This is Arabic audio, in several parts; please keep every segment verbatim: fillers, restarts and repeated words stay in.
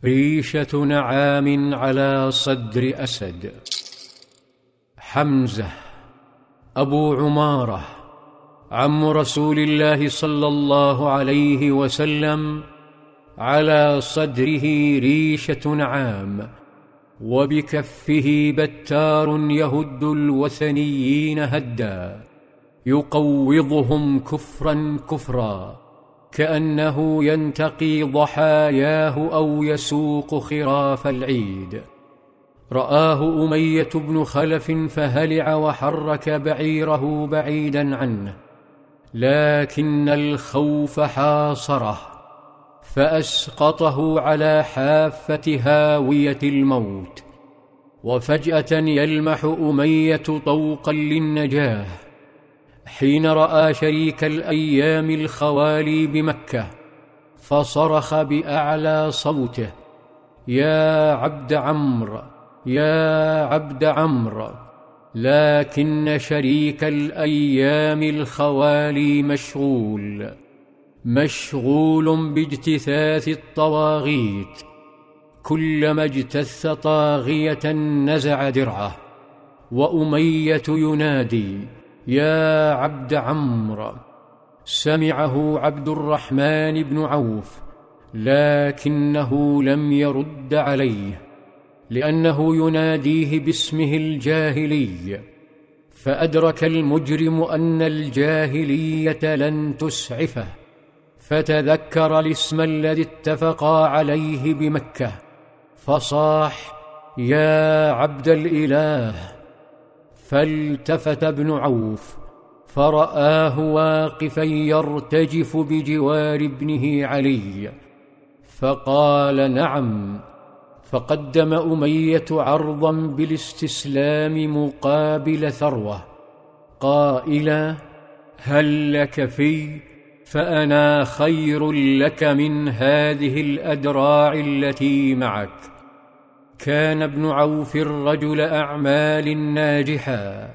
ريشة نعام على صدر أسد. حمزة أبو عمارة عم رسول الله صلى الله عليه وسلم، على صدره ريشة نعام، وبكفه بتار يهد الوثنيين هدا، يقوضهم كفرا كفرا، كأنه ينتقي ضحاياه أو يسوق خراف العيد. رآه أمية بن خلف فهلع وحرك بعيره بعيدا عنه، لكن الخوف حاصره فأسقطه على حافة هاوية الموت. وفجأة يلمح أمية طوقا للنجاة حين رأى شريك الأيام الخوالي بمكة، فصرخ بأعلى صوته: يا عبد عمرو، يا عبد عمرو. لكن شريك الأيام الخوالي مشغول مشغول باجتثاث الطواغيت، كلما اجتث طاغية نزع درعه. وأمية ينادي: يا عبد عمرو. سمعه عبد الرحمن بن عوف، لكنه لم يرد عليه، لأنه يناديه باسمه الجاهلي. فأدرك المجرم أن الجاهلية لن تسعفه، فتذكر الاسم الذي اتفقا عليه بمكة، فصاح: يا عبد الإله. فالتفت ابن عوف فرآه واقفا يرتجف بجوار ابنه علي، فقال: نعم. فقدم أمية عرضا بالاستسلام مقابل ثروة، قائلا: هل لك في؟ فأنا خير لك من هذه الأدراع التي معك. كان ابن عوف رجل أعمال ناجحا،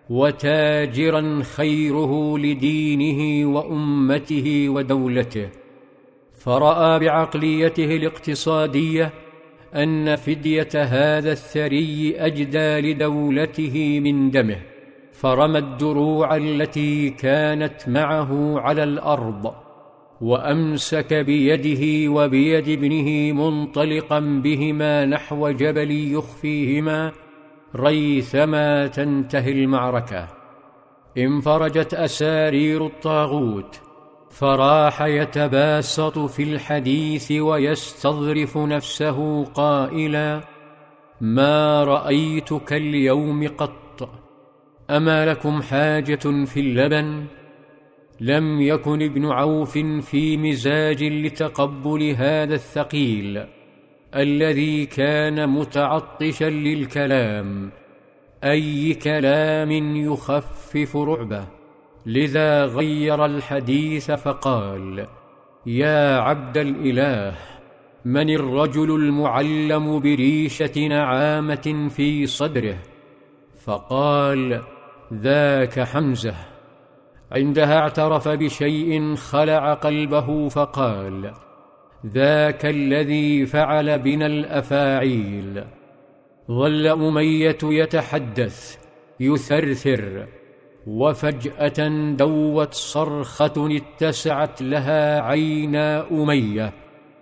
وتاجرا خيره لدينه وأمته ودولته، فرأى بعقليته الاقتصادية أن فدية هذا الثري أجدى لدولته من دمه، فرمى الدروع التي كانت معه على الأرض، وأمسك بيده وبيد ابنه منطلقا بهما نحو جبل يخفيهما ريثما تنتهي المعركة. انفرجت أسارير الطاغوت، فراح يتباسط في الحديث ويستظرف نفسه قائلا: ما رأيتك اليوم قط، أما لكم حاجة في اللبن؟ لم يكن ابن عوف في مزاج لتقبل هذا الثقيل الذي كان متعطشا للكلام، أي كلام يخفف رعبه، لذا غير الحديث فقال: يا عبد الإله، من الرجل المعلم بريشة نعامة في صدره؟ فقال: ذاك حمزة. عندها اعترف بشيء خلع قلبه فقال: ذاك الذي فعل بنا الأفاعيل. ظل أمية يتحدث يثرثر، وفجأة دوت صرخة اتسعت لها عينا أمية،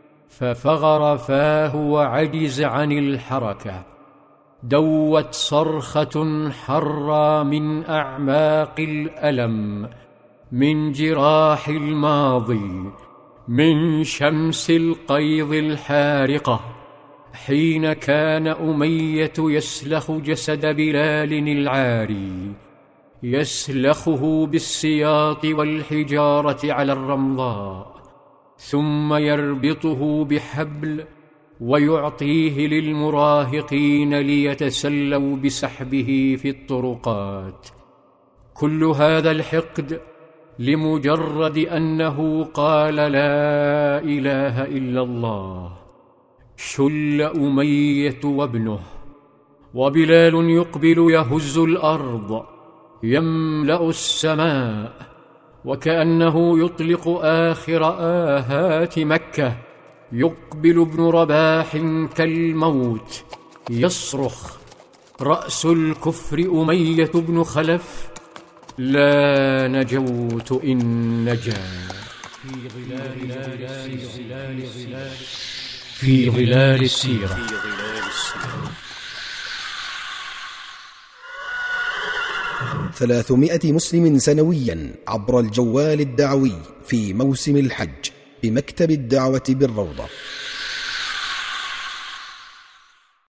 ففغر فاه وعجز عن الحركة. دوت صرخة حرة من أعماق الألم، من جراح الماضي، من شمس القيظ الحارقة، حين كان أمية يسلخ جسد بلال العاري، يسلخه بالسياط والحجارة على الرمضاء، ثم يربطه بحبل ويعطيه للمراهقين ليتسلوا بسحبه في الطرقات. كل هذا الحقد لمجرد أنه قال: لا إله إلا الله. شل أمية وابنه، وبلال يقبل يهز الأرض، يملأ السماء، وكأنه يطلق آخر آهات مكة: يقبل ابن رباح كالموت يصرخ: رأس الكفر أمية بن خلف، لا نجوت إن نجا. في ظلال السيرة. ثلاثمائة مسلم سنويا عبر الجوال الدعوي في موسم الحج بمكتب الدعوة بالروضة.